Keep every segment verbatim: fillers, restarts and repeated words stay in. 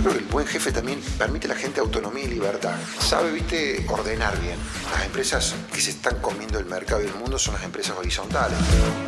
creo que el buen jefe también permite a la gente autonomía y libertad. Sabe, viste, ordenar bien. Las empresas que se están comiendo el mercado y el mundo son las empresas horizontales.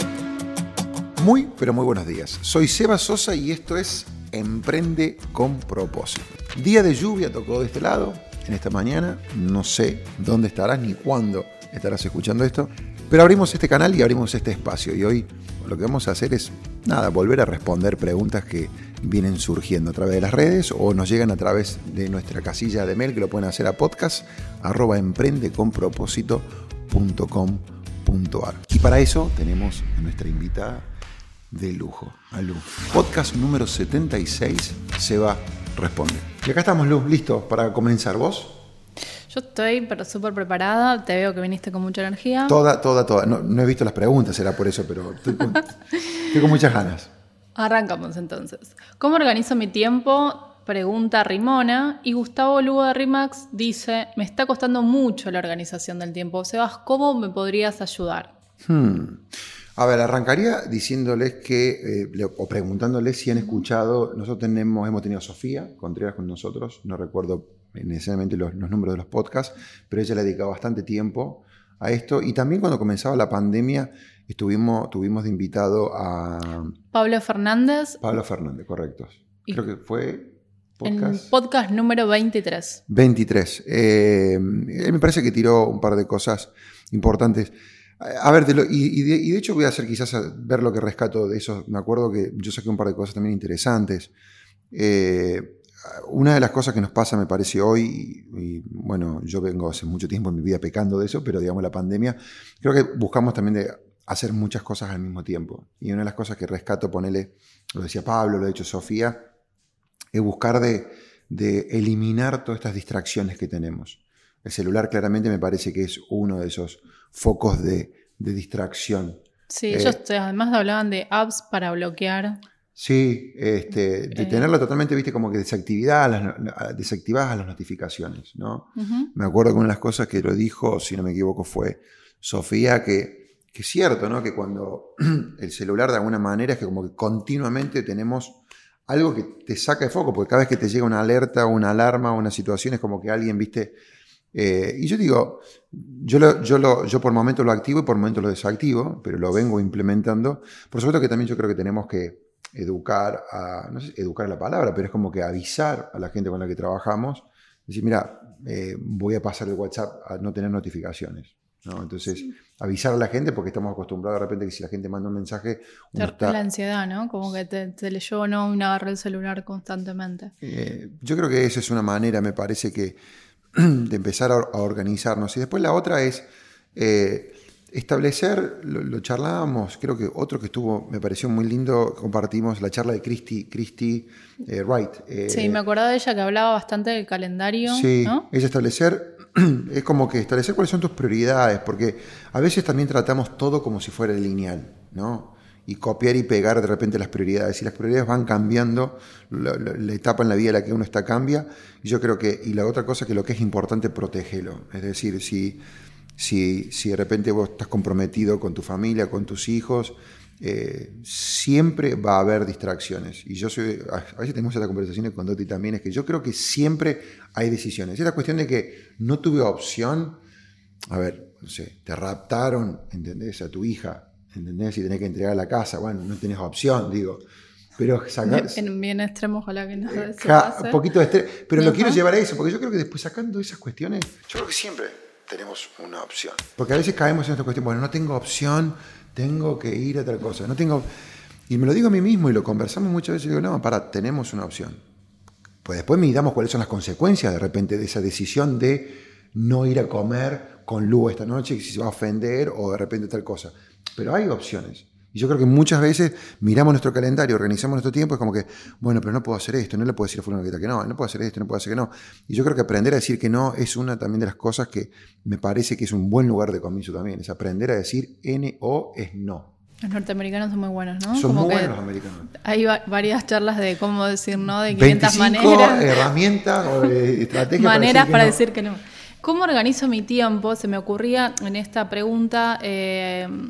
Muy, pero muy buenos días. Soy Seba Sosa y esto es Emprende con Propósito. Día de lluvia tocó de este lado en esta mañana. No sé dónde estarás ni cuándo estarás escuchando esto, pero abrimos este canal y abrimos este espacio. Y hoy lo que vamos a hacer es, nada, volver a responder preguntas que vienen surgiendo a través de las redes o nos llegan a través de nuestra casilla de mail, que lo pueden hacer a podcast arroba emprendeconpropósito punto com punto ar. Y para eso tenemos a nuestra invitada de lujo, a Lu. Podcast número setenta y seis, Seba Responde. Y acá estamos, Lu, listos para comenzar. ¿Vos? Yo estoy pero súper preparada, te veo que viniste con mucha energía. Toda, toda, toda. No, no he visto las preguntas, será por eso, pero estoy con, estoy con muchas ganas. Arrancamos entonces. ¿Cómo organizo mi tiempo? Pregunta Rimona. Y Gustavo Lugo de Rimax dice, me está costando mucho la organización del tiempo. Sebas, ¿cómo me podrías ayudar? Hmm. A ver, arrancaría diciéndoles que, eh, o preguntándoles si han escuchado, nosotros tenemos, hemos tenido a Sofía Contreras con nosotros, no recuerdo necesariamente los, los números de los podcasts, pero ella le ha dedicado bastante tiempo a esto. Y también cuando comenzaba la pandemia estuvimos, tuvimos de invitado a... Pablo Fernández. Pablo Fernández, correcto. Creo que fue... Podcast. En podcast número veintitrés. veintitrés. Eh, él me parece que tiró un par de cosas importantes. A ver, de lo, y, y, de, y de hecho voy a hacer quizás a ver lo que rescato de eso. Me acuerdo que yo saqué un par de cosas también interesantes. Eh, una de las cosas que nos pasa, me parece hoy, y, y bueno, yo vengo hace mucho tiempo en mi vida pecando de eso, pero digamos la pandemia, creo que buscamos también de hacer muchas cosas al mismo tiempo. Y una de las cosas que rescato, ponele, lo decía Pablo, lo ha dicho Sofía, es buscar de, de eliminar todas estas distracciones que tenemos. El celular claramente me parece que es uno de esos focos de, de distracción. Sí, eh, ellos además hablaban de apps para bloquear. Sí, este, de eh, tenerlo totalmente, viste, como que desactivadas las, desactivadas las notificaciones, ¿no? Uh-huh. Me acuerdo que una de las cosas que lo dijo, si no me equivoco, fue Sofía, que, que es cierto, ¿no? Que cuando el celular de alguna manera es que como que continuamente tenemos algo que te saca de foco, porque cada vez que te llega una alerta, una alarma, una situación, es como que alguien, viste... Eh, y yo digo, yo, lo, yo, lo, yo por momentos lo activo y por momentos lo desactivo, pero lo vengo implementando. Por supuesto que también yo creo que tenemos que educar, a, no sé, educar la palabra, pero es como que avisar a la gente con la que trabajamos, decir, mira, eh, voy a pasar el WhatsApp a no tener notificaciones, ¿no? Entonces, sí. Avisar a la gente, porque estamos acostumbrados de repente que si la gente manda un mensaje... Uno te está... La ansiedad, ¿no? Como que te, te leyó o no, uno agarra el celular constantemente. Eh, yo creo que esa es una manera, me parece que de empezar a, a organizarnos. Y después la otra es eh, establecer, lo, lo charlábamos, creo que otro que estuvo, me pareció muy lindo, compartimos la charla de Christy, Christy eh, Wright. Eh, sí, me acordaba de ella que hablaba bastante del calendario. Sí, ¿no? Ella establecer, es como que establecer cuáles son tus prioridades, porque a veces también tratamos todo como si fuera lineal, ¿no? Y copiar y pegar de repente las prioridades. Y las prioridades van cambiando, la, la, la etapa en la vida en la que uno está cambia. Y yo creo que, y la otra cosa que lo que es importante, protégelo. Es decir, si, si, si de repente vos estás comprometido con tu familia, con tus hijos, eh, siempre va a haber distracciones. Y yo soy, a veces tenemos estas conversaciones con Doti también, es que yo creo que siempre hay decisiones. Es la cuestión de que no tuve opción, a ver, no sé, te raptaron, ¿entendés? A tu hija, ¿entendés? Si tenés que entregar la casa, bueno, no tenés opción, digo. Pero sacar... En bien extremo, ojalá que no eh, se pase. Un poquito de estrés. Pero uh-huh. Lo quiero llevar a eso, porque yo creo que después sacando esas cuestiones, yo creo que siempre tenemos una opción. Porque a veces caemos en esta cuestión, bueno, no tengo opción, tengo que ir a otra cosa. No tengo... Y me lo digo a mí mismo y lo conversamos muchas veces y digo, no, para, tenemos una opción. Pues después miramos cuáles son las consecuencias de repente de esa decisión de no ir a comer con Lu esta noche, si se va a ofender o de repente tal cosa. Pero hay opciones. Y yo creo que muchas veces miramos nuestro calendario, organizamos nuestro tiempo, es como que, bueno, pero no puedo hacer esto, no le puedo decir a fulano que no, no puedo hacer esto, no puedo hacer que no. Y yo creo que aprender a decir que no es una también de las cosas que me parece que es un buen lugar de comienzo también, es aprender a decir N O es no. Los norteamericanos son muy buenos, ¿no? Son como muy buenos los americanos. Hay va- varias charlas de cómo decir no, de quinientas veinticinco maneras. herramientas o eh, estrategias maneras para, decir, para que decir que no. ¿Cómo organizo mi tiempo? Se me ocurría en esta pregunta... Eh,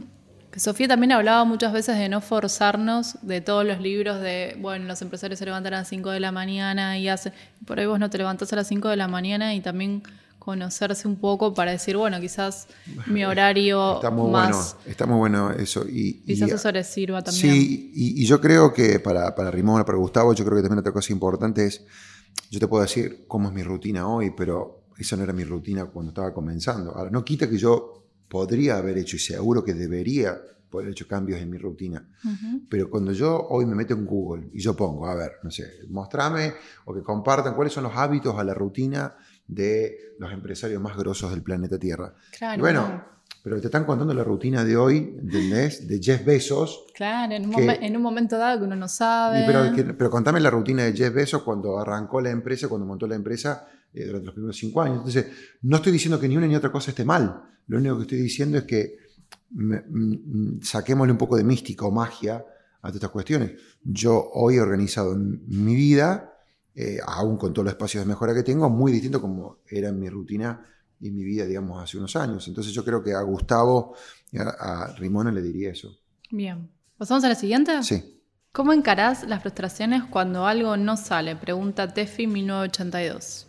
Que Sofía también hablaba muchas veces de no forzarnos, de todos los libros de, bueno, los empresarios se levantan a las cinco de la mañana y hacen... Por ahí vos no te levantás a las cinco de la mañana y también conocerse un poco para decir, bueno, quizás mi horario está muy más... Bueno, está muy bueno eso. Y, quizás y, eso les sirva también. Sí, y, y yo creo que para, para Rimona, para Gustavo, yo creo que también otra cosa importante es, yo te puedo decir cómo es mi rutina hoy, pero esa no era mi rutina cuando estaba comenzando. Ahora, no quita que yo podría haber hecho, y seguro que debería poder haber hecho cambios en mi rutina. Uh-huh. Pero cuando yo hoy me meto en Google y yo pongo, a ver, no sé, mostrame o que compartan cuáles son los hábitos a la rutina de los empresarios más grosos del planeta Tierra. Claro. Y bueno, no. Pero te están contando la rutina de hoy, ¿entendés? De Jeff Bezos. Claro, en un, que, momen, en un momento dado que uno no sabe. Pero, que, pero contame la rutina de Jeff Bezos cuando arrancó la empresa, cuando montó la empresa eh, durante los primeros cinco años. Entonces, no estoy diciendo que ni una ni otra cosa esté mal. Lo único que estoy diciendo es que me, me, saquémosle un poco de mística o magia a todas estas cuestiones. Yo hoy he organizado mi vida, eh, aún con todos los espacios de mejora que tengo, muy distinto como era mi rutina y mi vida, digamos, hace unos años. Entonces yo creo que a Gustavo y a, a Rimona le diría eso. Bien. ¿Pasamos a la siguiente? Sí. ¿Cómo encarás las frustraciones cuando algo no sale? Pregunta Tefi mil novecientos ochenta y dos.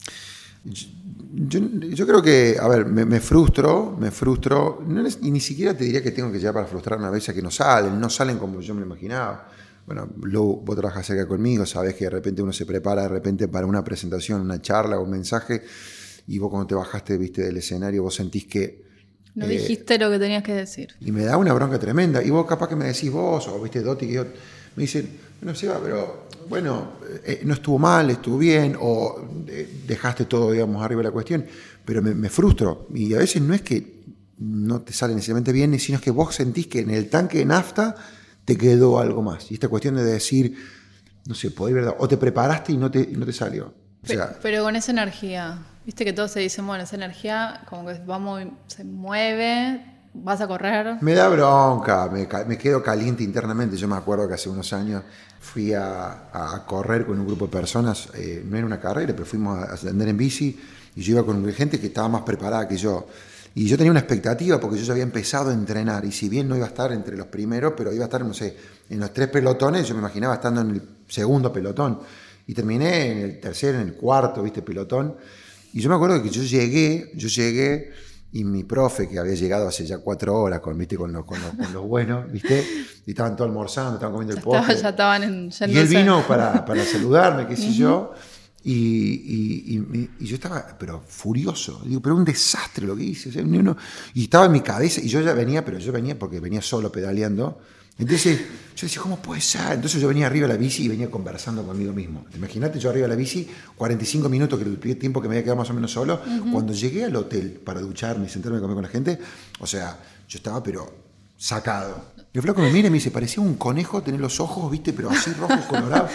Yo, yo, yo creo que, a ver, me, me frustro, me frustro, no es, y ni siquiera te diría que tengo que llegar para frustrarme a veces que no salen, no salen como yo me lo imaginaba. Bueno, Lu, vos trabajás cerca conmigo, sabés que de repente uno se prepara de repente para una presentación, una charla o un mensaje, y vos cuando te bajaste, viste, del escenario, vos sentís que... No eh, dijiste lo que tenías que decir. Y me da una bronca tremenda, y vos capaz que me decís vos, o viste, Doti, que yo, me dicen, no sé, pero bueno, eh, no estuvo mal, estuvo bien, o eh, dejaste todo, digamos, arriba de la cuestión, pero me, me frustro, y a veces no es que no te sale necesariamente bien, sino es que vos sentís que en el tanque de nafta te quedó algo más, y esta cuestión de decir, no sé, podés verdad, o te preparaste y no te, y no te salió. O sea, pero, pero con esa energía, viste que todos se dicen, bueno, esa energía como que va muy, se mueve, vas a correr. Me da bronca, me, me quedo caliente internamente. Yo me acuerdo que hace unos años fui a, a correr con un grupo de personas, eh, no era una carrera, pero fuimos a andar en bici y yo iba con gente que estaba más preparada que yo. Y yo tenía una expectativa porque yo ya había empezado a entrenar y si bien no iba a estar entre los primeros, pero iba a estar, no sé, en los tres pelotones, yo me imaginaba estando en el segundo pelotón. Y terminé en el tercero, en el cuarto, viste, pelotón. Y yo me acuerdo que yo llegué, yo llegué y mi profe, que había llegado hace ya cuatro horas con, viste, con, los, con, los, con los buenos, viste, y estaban todos almorzando, estaban comiendo el postre. Ya estaban en, ya y él vino para, para saludarme, qué sé uh-huh. yo, y, y, y, y yo estaba, pero furioso. Digo, pero un desastre lo que hice. O sea, no, y estaba en mi cabeza, y yo ya venía, pero yo venía porque venía solo pedaleando. Entonces yo decía, ¿cómo puede ser? Entonces yo venía arriba de la bici y venía conversando conmigo mismo. Imagínate yo arriba de la bici, cuarenta y cinco minutos, que el tiempo que me había quedado más o menos solo. Uh-huh. Cuando llegué al hotel para ducharme y sentarme a comer con la gente, o sea, yo estaba pero sacado. Y el flaco me mira y me dice, parecía un conejo tener los ojos, viste, pero así rojos, colorados.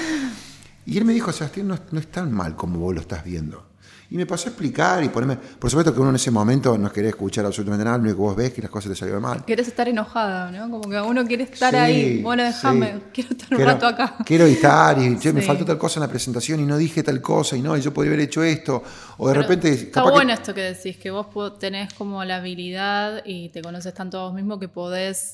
Y él me dijo, Sebastián, no, no es tan mal como vos lo estás viendo. Y me pasó a explicar y ponerme... Por supuesto que uno en ese momento no quería escuchar absolutamente nada, lo único que vos ves que las cosas te salieron mal. Querés estar enojada, ¿no? Como que uno quiere estar sí, ahí. Bueno, déjame, sí. quiero estar un quiero, rato acá. Quiero estar y che, sí. me faltó tal cosa en la presentación y no dije tal cosa y no, y yo podría haber hecho esto. O de Pero repente... Está bueno que... esto que decís, que vos tenés como la habilidad y te conoces tanto a vos mismo que podés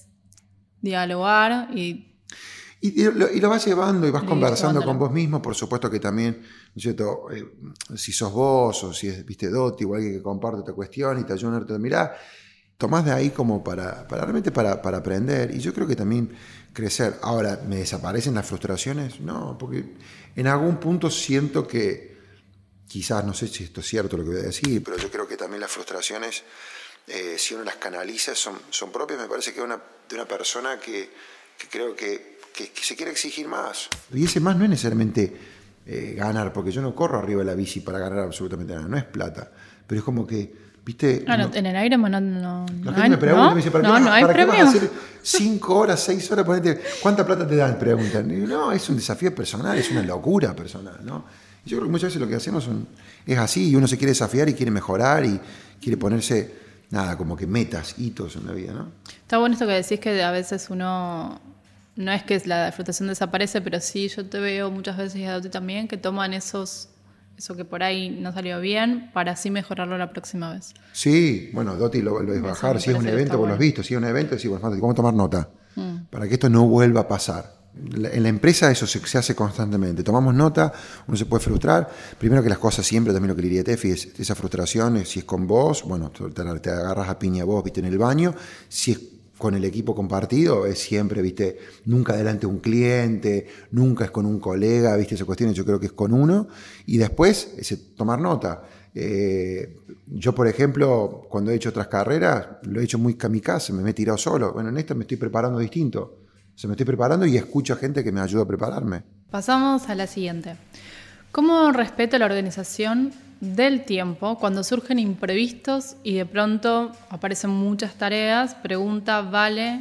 dialogar y... Y, y, lo, y lo vas llevando y vas y conversando con vos mismo, por supuesto que también, ¿no es cierto? Eh, si sos vos o si es, viste, Doti o alguien que comparte esta cuestión y te ayuda a te mirá, tomás de ahí como para, para realmente para, para aprender y yo creo que también crecer. Ahora, ¿me desaparecen las frustraciones? No, porque en algún punto siento que, quizás, no sé si esto es cierto lo que voy a decir, pero yo creo que también las frustraciones, eh, si uno las canaliza, son, son propias, me parece que una, de una persona que, que creo que Que, que se quiere exigir más. Y ese más no es necesariamente eh, ganar, porque yo no corro arriba de la bici para ganar absolutamente nada, no es plata, pero es como que, viste... Ah, no, no, en el aire no, no, la gente me pregunta, ¿no? me dice, ¿para, no, qué, no ¿para hay qué premio? vas a hacer cinco horas, seis horas? Ponete, ¿cuánta plata te dan? Preguntan. Y no, es un desafío personal, es una locura personal, ¿no? Y yo creo que muchas veces lo que hacemos son, es así, y uno se quiere desafiar y quiere mejorar y quiere ponerse, nada, como que metas, hitos en la vida, ¿no? Está bueno esto que decís que a veces uno... No es que la frustración desaparece, pero sí yo te veo muchas veces y a ti también que toman esos eso que por ahí no salió bien, para así mejorarlo la próxima vez. Sí, bueno, Doti lo, lo es bajar. Si es un evento, vos lo has visto. Si es un evento, decís, bueno, ¿cómo tomar nota? Mm. Para que esto no vuelva a pasar. En la empresa eso se, se hace constantemente. Tomamos nota, uno se puede frustrar. Primero que las cosas siempre, también lo que le diría a Tefi, es esa frustración, si es con vos, bueno, te, te agarras a piña vos, viste, en el baño. Si es con el equipo compartido, es siempre, viste, nunca delante de un cliente, nunca es con un colega, viste, esas cuestiones, yo creo que es con uno. Y después, ese, tomar nota. Eh, yo, por ejemplo, cuando he hecho otras carreras, lo he hecho muy kamikaze, me he tirado solo. Bueno, en esto me estoy preparando distinto. Se me estoy preparando y escucho a gente que me ayuda a prepararme. Pasamos a la siguiente. ¿Cómo respeto la organización del tiempo cuando surgen imprevistos y de pronto aparecen muchas tareas? Pregunta Vale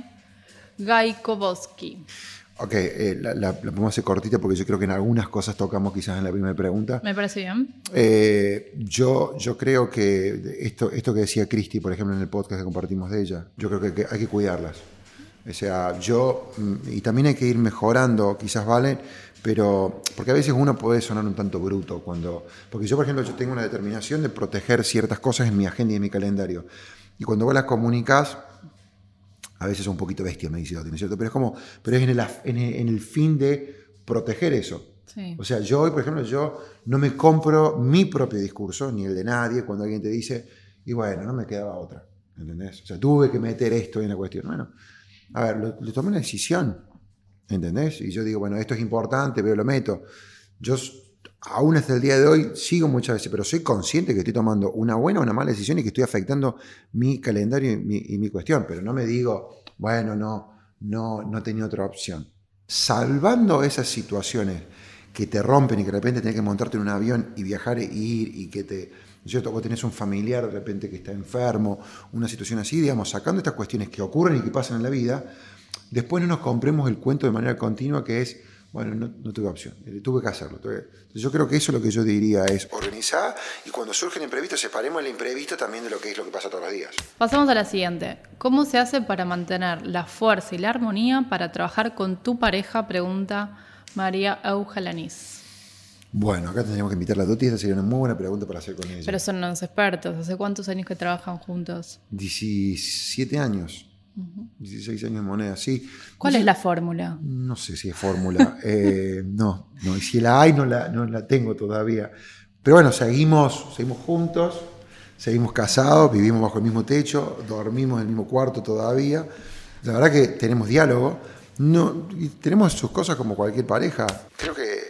Gaikoboski. Ok, eh, la, la, la podemos hacer cortita porque yo creo que en algunas cosas tocamos quizás en la primera pregunta. Me parece bien. Eh, yo, yo creo que esto, esto que decía Cristi, por ejemplo, en el podcast que compartimos de ella, yo creo que, que hay que cuidarlas. O sea, yo, y también hay que ir mejorando, quizás, ¿vale? Pero, porque a veces uno puede sonar un tanto bruto cuando, porque yo, por ejemplo, yo tengo una determinación de proteger ciertas cosas en mi agenda y en mi calendario. Y cuando vos las comunicas, a veces es un poquito bestia, me dice, ¿no es cierto? Pero es como, pero es en el, en el, en el fin de proteger eso. Sí. O sea, yo hoy, por ejemplo, yo no me compro mi propio discurso, ni el de nadie, cuando alguien te dice, y bueno, no me quedaba otra, ¿entendés? O sea, tuve que meter esto en la cuestión. Bueno, a ver, lo, lo tomé una decisión, ¿entendés? Y yo digo, bueno, esto es importante, pero lo meto. Yo, aún hasta el día de hoy, sigo muchas veces, pero soy consciente que estoy tomando una buena o una mala decisión y que estoy afectando mi calendario y mi, y mi cuestión. Pero no me digo, bueno, no, no, no tenía otra opción. Salvando esas situaciones que te rompen y que de repente tenés que montarte en un avión y viajar e ir y que te... ¿cierto? Vos tenés un familiar de repente que está enfermo, una situación así, digamos, sacando estas cuestiones que ocurren y que pasan en la vida, después no nos compremos el cuento de manera continua que es, bueno, no, no tuve opción, tuve que hacerlo. Tuve... Entonces yo creo que eso es lo que yo diría es organizar y cuando surgen imprevistos separemos el imprevisto también de lo que es lo que pasa todos los días. Pasamos a la siguiente. ¿Cómo se hace para mantener la fuerza y la armonía para trabajar con tu pareja? Pregunta María Eugelanis. Bueno, acá tendríamos que invitar a la Doti, esa sería una muy buena pregunta para hacer con ella. Pero son los expertos, ¿hace cuántos años que trabajan juntos? diecisiete años, uh-huh. dieciséis años en moneda, sí. ¿Cuál no es sé, la fórmula? No sé si es fórmula, eh, no, no, y si la hay no la, no la tengo todavía. Pero bueno, seguimos, seguimos juntos, seguimos casados, vivimos bajo el mismo techo, dormimos en el mismo cuarto todavía. La verdad que tenemos diálogo, no, y tenemos sus cosas como cualquier pareja. Creo que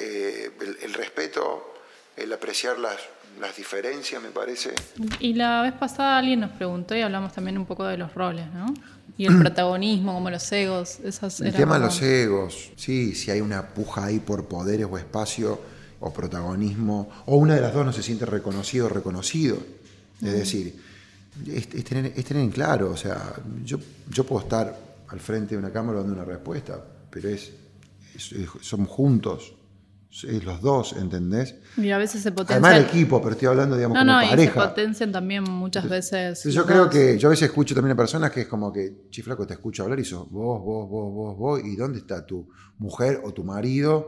el respeto, el apreciar las, las diferencias, me parece. Y la vez pasada alguien nos preguntó y hablamos también un poco de los roles, ¿no? Y el protagonismo, como los egos. Esas el tema como... de los egos, sí, si hay una puja ahí por poderes o espacio o protagonismo, o una de las dos no se siente reconocido o reconocido. Es uh-huh. decir, es, es, tener, es tener en claro, o sea, yo, yo puedo estar al frente de una cámara dando una respuesta, pero es, es, es somos juntos. Los dos, ¿entendés? Y a veces se potencian. Además el equipo, pero estoy hablando, digamos, no, como no, pareja. No, y se potencian también muchas veces. Yo creo que, yo a veces escucho también a personas que es como que, chiflaco, te escucho hablar y sos vos, vos, vos, vos, vos, ¿y dónde está tu mujer o tu marido?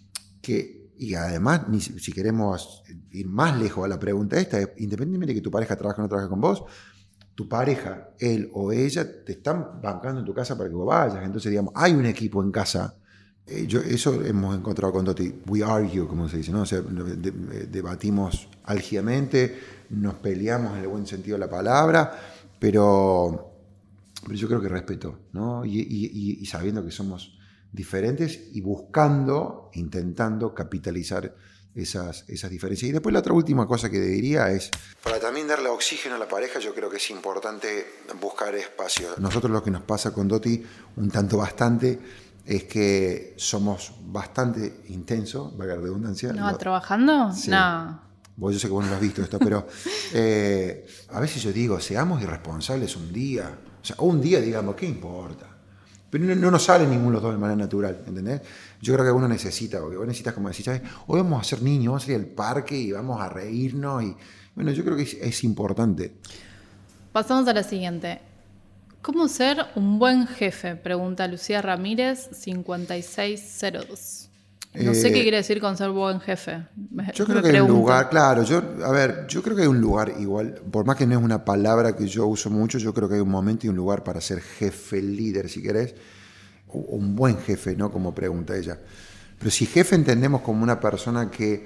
Que, y además, ni, si queremos ir más lejos a la pregunta esta, independientemente de que tu pareja trabaje o no trabaje con vos, tu pareja, él o ella, te están bancando en tu casa para que vos vayas. Entonces, digamos, hay un equipo en casa. Eh, yo, eso hemos encontrado con Doti. We argue, como se dice, ¿no? O sea, de, de, debatimos álgidamente, nos peleamos en el buen sentido de la palabra, pero, pero yo creo que respeto, ¿no? Y, y, y sabiendo que somos diferentes y buscando, intentando capitalizar esas, esas diferencias. Y después la otra última cosa que diría es, para también darle oxígeno a la pareja, yo creo que es importante buscar espacio. Nosotros lo que nos pasa con Doti, un tanto bastante, es que somos bastante intensos, valga la redundancia. ¿No? ¿Trabajando? Sí. No. Vos, yo sé que vos no lo has visto esto, pero eh, a veces yo digo, seamos irresponsables un día. O sea, un día digamos, ¿qué importa? Pero no, no nos sale ninguno de los dos de manera natural, ¿entendés? Yo creo que uno necesita, porque vos necesitas como decir, ¿sabes? Hoy vamos a ser niños, vamos a ir al parque y vamos a reírnos. Y bueno, yo creo que es, es importante. Pasamos a la siguiente. ¿Cómo ser un buen jefe? Pregunta Lucía Ramírez, cincuenta y seis cero dos. No sé qué quiere decir con ser buen jefe. Me, yo creo me que hay un pregunto. lugar, claro, yo, a ver, yo creo que hay un lugar igual, por más que no es una palabra que yo uso mucho, yo creo que hay un momento y un lugar para ser jefe, líder, si querés, o un buen jefe, ¿no? Como pregunta ella. Pero si jefe entendemos como una persona que,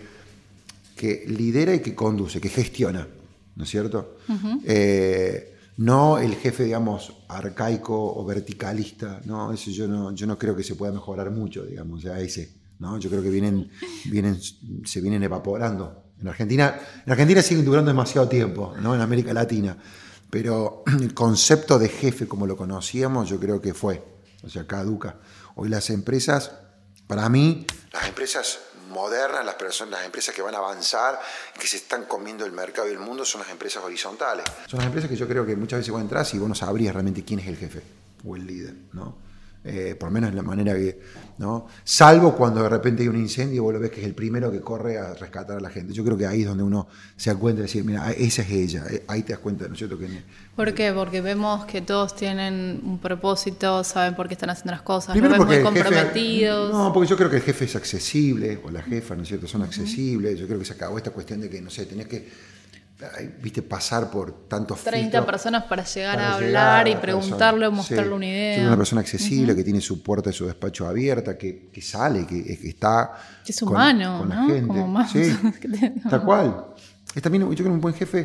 que lidera y que conduce, que gestiona, ¿no es cierto? Uh-huh. Eh, no el jefe, digamos, arcaico o verticalista, ¿no? Eso yo no, yo no creo que se pueda mejorar mucho, digamos, a ese, ¿no? Yo creo que vienen, vienen, se vienen evaporando. En Argentina, en Argentina siguen durando demasiado tiempo, ¿no? En América Latina. Pero el concepto de jefe como lo conocíamos, yo creo que fue, o sea, caduca. Hoy las empresas, para mí, las empresas modernas, las personas, las empresas que van a avanzar, que se están comiendo el mercado y el mundo, son las empresas horizontales. Son las empresas que yo creo que muchas veces vos entras y vos no sabrías realmente quién es el jefe o el líder, ¿no? Eh, por lo menos es la manera que, ¿no? Salvo cuando de repente hay un incendio y vos lo ves que es el primero que corre a rescatar a la gente. Yo creo que ahí es donde uno se da cuenta de decir, mira, esa es ella, ahí te das cuenta, ¿no es cierto? Que ¿Por qué? Porque vemos que todos tienen un propósito, saben por qué están haciendo las cosas, primero los ven muy jefe, comprometidos. No, porque yo creo que el jefe es accesible, o la jefa, ¿no es cierto? Son accesibles. Uh-huh. Yo creo que se acabó esta cuestión de que, no sé, tenías que, viste, pasar por tantos treinta filtros personas para llegar para a llegar hablar a y preguntarle o mostrarle sí. una idea. Soy una persona accesible, uh-huh. que tiene su puerta de su despacho abierta, que, que sale, que, que está que es humano, con, con ¿no? la gente. Como más sí, tal cual. Es también, yo creo que un buen jefe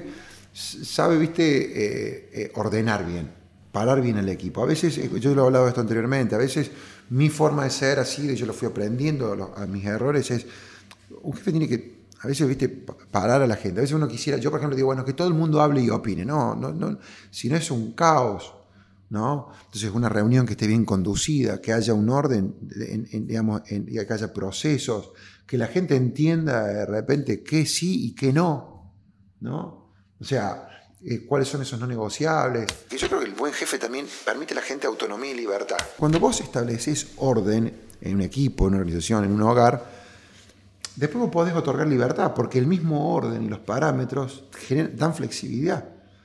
sabe, viste, eh, eh, ordenar bien, parar bien al equipo. A veces, yo lo he hablado de esto anteriormente, a veces mi forma de ser así, yo lo fui aprendiendo a, a mis errores, es un jefe tiene que a veces, viste, parar a la gente. A veces uno quisiera, yo por ejemplo digo, bueno, que todo el mundo hable y opine. No, no, no, si no es un caos, ¿no? Entonces una reunión que esté bien conducida, que haya un orden, en, en, digamos, en, que haya procesos, que la gente entienda de repente qué sí y qué no, ¿no? O sea, eh, cuáles son esos no negociables. Y yo creo que el buen jefe también permite a la gente autonomía y libertad. Cuando vos estableces orden en un equipo, en una organización, en un hogar, después vos podés otorgar libertad, porque el mismo orden y los parámetros generan, dan flexibilidad.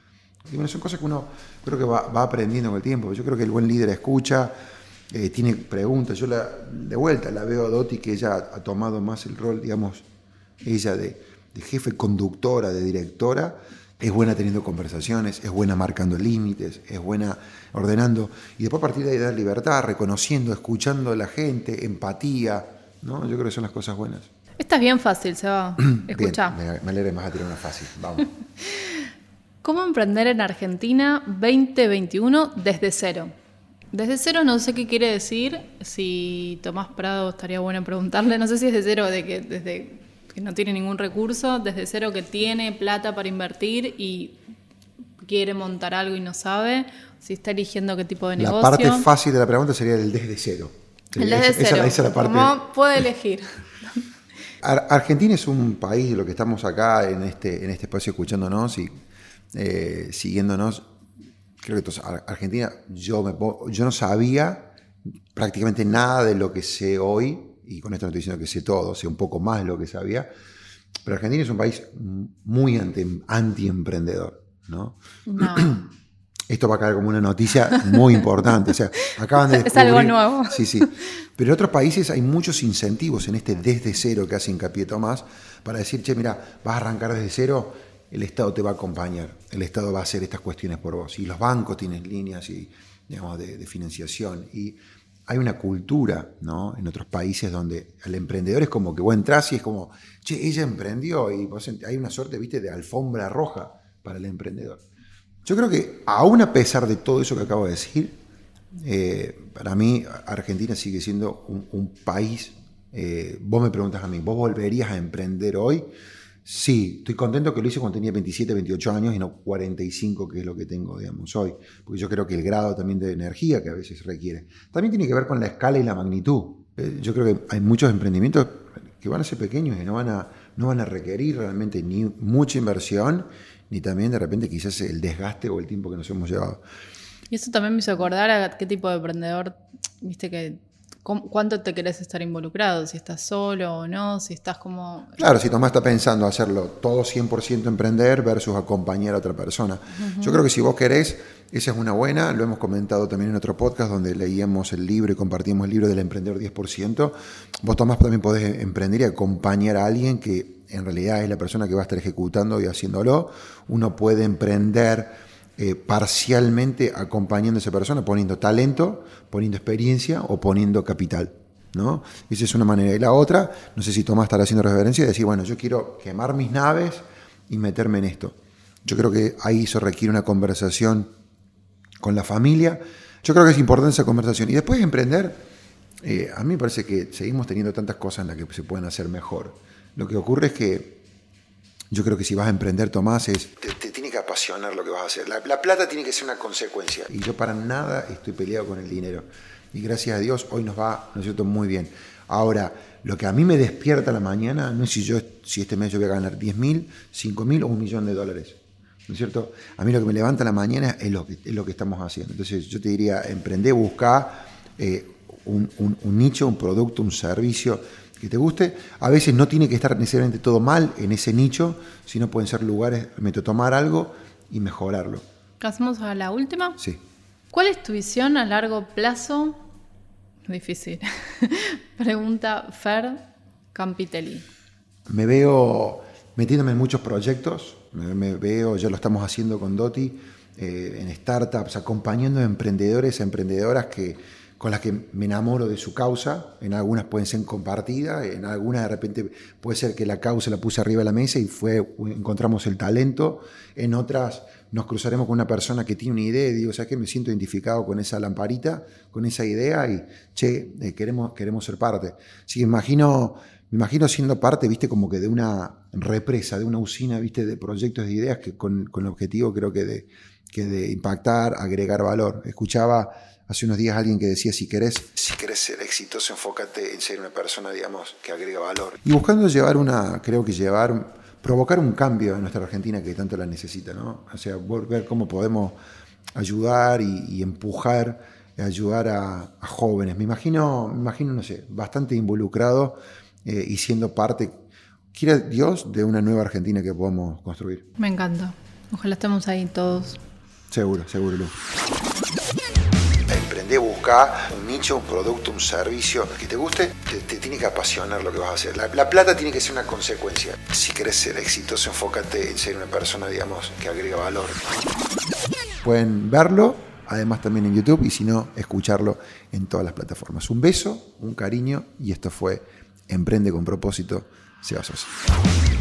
Y bueno, son cosas que uno creo que va, va aprendiendo con el tiempo. Yo creo que el buen líder escucha, eh, tiene preguntas. Yo la, de vuelta la veo a Doti, que ella ha tomado más el rol, digamos, ella de, de jefe conductora, de directora. Es buena teniendo conversaciones, es buena marcando límites, es buena ordenando. Y después a partir de ahí dar libertad, reconociendo, escuchando a la gente, empatía, ¿no? Yo creo que son las cosas buenas. Esta es bien fácil, Seba. Escuchá. Bien, me alegra más a tirar una fácil. Vamos. ¿Cómo emprender en Argentina veinte veintiuno desde cero? Desde cero no sé qué quiere decir. Si Tomás Prado estaría bueno preguntarle. No sé si es de cero de que desde que no tiene ningún recurso, desde cero que tiene plata para invertir y quiere montar algo y no sabe. Si está eligiendo qué tipo de negocio. La parte fácil de la pregunta sería el desde cero. El desde esa, cero. Esa, esa la parte... ¿Cómo puede elegir? Argentina es un país, lo que estamos acá en este, en este espacio escuchándonos y eh, siguiéndonos, creo que todos, Argentina, yo, me, yo no sabía prácticamente nada de lo que sé hoy, y con esto no estoy diciendo que sé todo, sé un poco más de lo que sabía, pero Argentina es un país muy anti, anti-emprendedor, ¿no? No. Esto va a caer como una noticia muy importante. O sea, acaban de descubrir, es algo nuevo. Sí, sí. Pero en otros países hay muchos incentivos en este desde cero que hace hincapié Tomás para decir, che, mira, vas a arrancar desde cero, el Estado te va a acompañar, el Estado va a hacer estas cuestiones por vos. Y los bancos tienen líneas y, digamos, de, de financiación. Y hay una cultura, ¿no?, en otros países donde el emprendedor es como que vos entrás y es como, che, ella emprendió. Y vos, hay una suerte, viste, de alfombra roja para el emprendedor. Yo creo que aún a pesar de todo eso que acabo de decir, eh, para mí Argentina sigue siendo un, un país, eh, vos me preguntas a mí, ¿vos volverías a emprender hoy? Sí, estoy contento que lo hice cuando tenía veintisiete, veintiocho años y no cuarenta y cinco, que es lo que tengo, digamos, hoy. Porque yo creo que el grado también de energía que a veces requiere, también tiene que ver con la escala y la magnitud. Eh, yo creo que hay muchos emprendimientos que van a ser pequeños y no van a, no van a requerir realmente ni mucha inversión, ni también de repente quizás el desgaste o el tiempo que nos hemos llevado. Y eso también me hizo acordar a qué tipo de emprendedor, viste que ¿cuánto te querés estar involucrado? Si estás solo o no, si estás como... Claro, si Tomás está pensando hacerlo todo cien por ciento emprender versus acompañar a otra persona. Uh-huh. Yo creo que si vos querés, esa es una buena, lo hemos comentado también en otro podcast donde leíamos el libro y compartimos el libro del emprendedor diez por ciento. Vos, Tomás, también podés emprender y acompañar a alguien que en realidad es la persona que va a estar ejecutando y haciéndolo. Uno puede emprender Eh, parcialmente acompañando a esa persona, poniendo talento, poniendo experiencia o poniendo capital, ¿no? Esa es una manera. Y la otra, no sé si Tomás estará haciendo referencia, de decir, bueno, yo quiero quemar mis naves y meterme en esto. Yo creo que ahí eso requiere una conversación con la familia. Yo creo que es importante esa conversación. Y después de emprender, eh, a mí me parece que seguimos teniendo tantas cosas en las que se pueden hacer mejor. Lo que ocurre es que yo creo que si vas a emprender, Tomás, es, te, te tiene que apasionar lo que vas a hacer. La, la plata tiene que ser una consecuencia. Y yo para nada estoy peleado con el dinero. Y gracias a Dios hoy nos va, ¿no es cierto?, muy bien. Ahora, lo que a mí me despierta a la mañana no es si, yo, si este mes yo voy a ganar diez mil, cinco mil o un millón de dólares. ¿No es cierto? A mí lo que me levanta a la mañana es lo que, es lo que estamos haciendo. Entonces yo te diría, emprender, buscar eh, un, un, un nicho, un producto, un servicio que te guste. A veces no tiene que estar necesariamente todo mal en ese nicho, sino pueden ser lugares de tomar algo y mejorarlo. ¿Pasamos a la última? Sí. ¿Cuál es tu visión a largo plazo? Difícil. Pregunta Fer Campitelli. Me veo metiéndome en muchos proyectos. Me, me veo, ya lo estamos haciendo con Doti, eh, en startups, acompañando a emprendedores, a emprendedoras que con las que me enamoro de su causa. En algunas pueden ser compartidas, en algunas de repente puede ser que la causa la puse arriba de la mesa y fue, encontramos el talento. En otras nos cruzaremos con una persona que tiene una idea y digo, ¿sabes qué? Me siento identificado con esa lamparita, con esa idea y, che, eh, queremos, queremos ser parte. Así que imagino, me imagino siendo parte, viste, como que de una represa, de una usina, viste, de proyectos, de ideas que con, con el objetivo creo que de, que de impactar, agregar valor. Escuchaba hace unos días alguien que decía, si querés, si querés ser exitoso, enfócate en ser una persona, digamos, que agrega valor. Y buscando llevar una, creo que llevar, provocar un cambio en nuestra Argentina que tanto la necesita, ¿no? O sea, ver cómo podemos ayudar y, y empujar, ayudar a, a jóvenes. Me imagino, me imagino, no sé, bastante involucrado eh, y siendo parte, quiera Dios, de una nueva Argentina que podamos construir. Me encanta. Ojalá estemos ahí todos. Seguro, seguro, Lu. Emprender, buscar un nicho, un producto, un servicio que te guste, te, te tiene que apasionar lo que vas a hacer. La, la plata tiene que ser una consecuencia. Si querés ser exitoso, enfócate en ser una persona, digamos, que agrega valor. Pueden verlo, además también en YouTube, y si no, escucharlo en todas las plataformas. Un beso, un cariño, y esto fue Emprende con Propósito, Seba Sosa.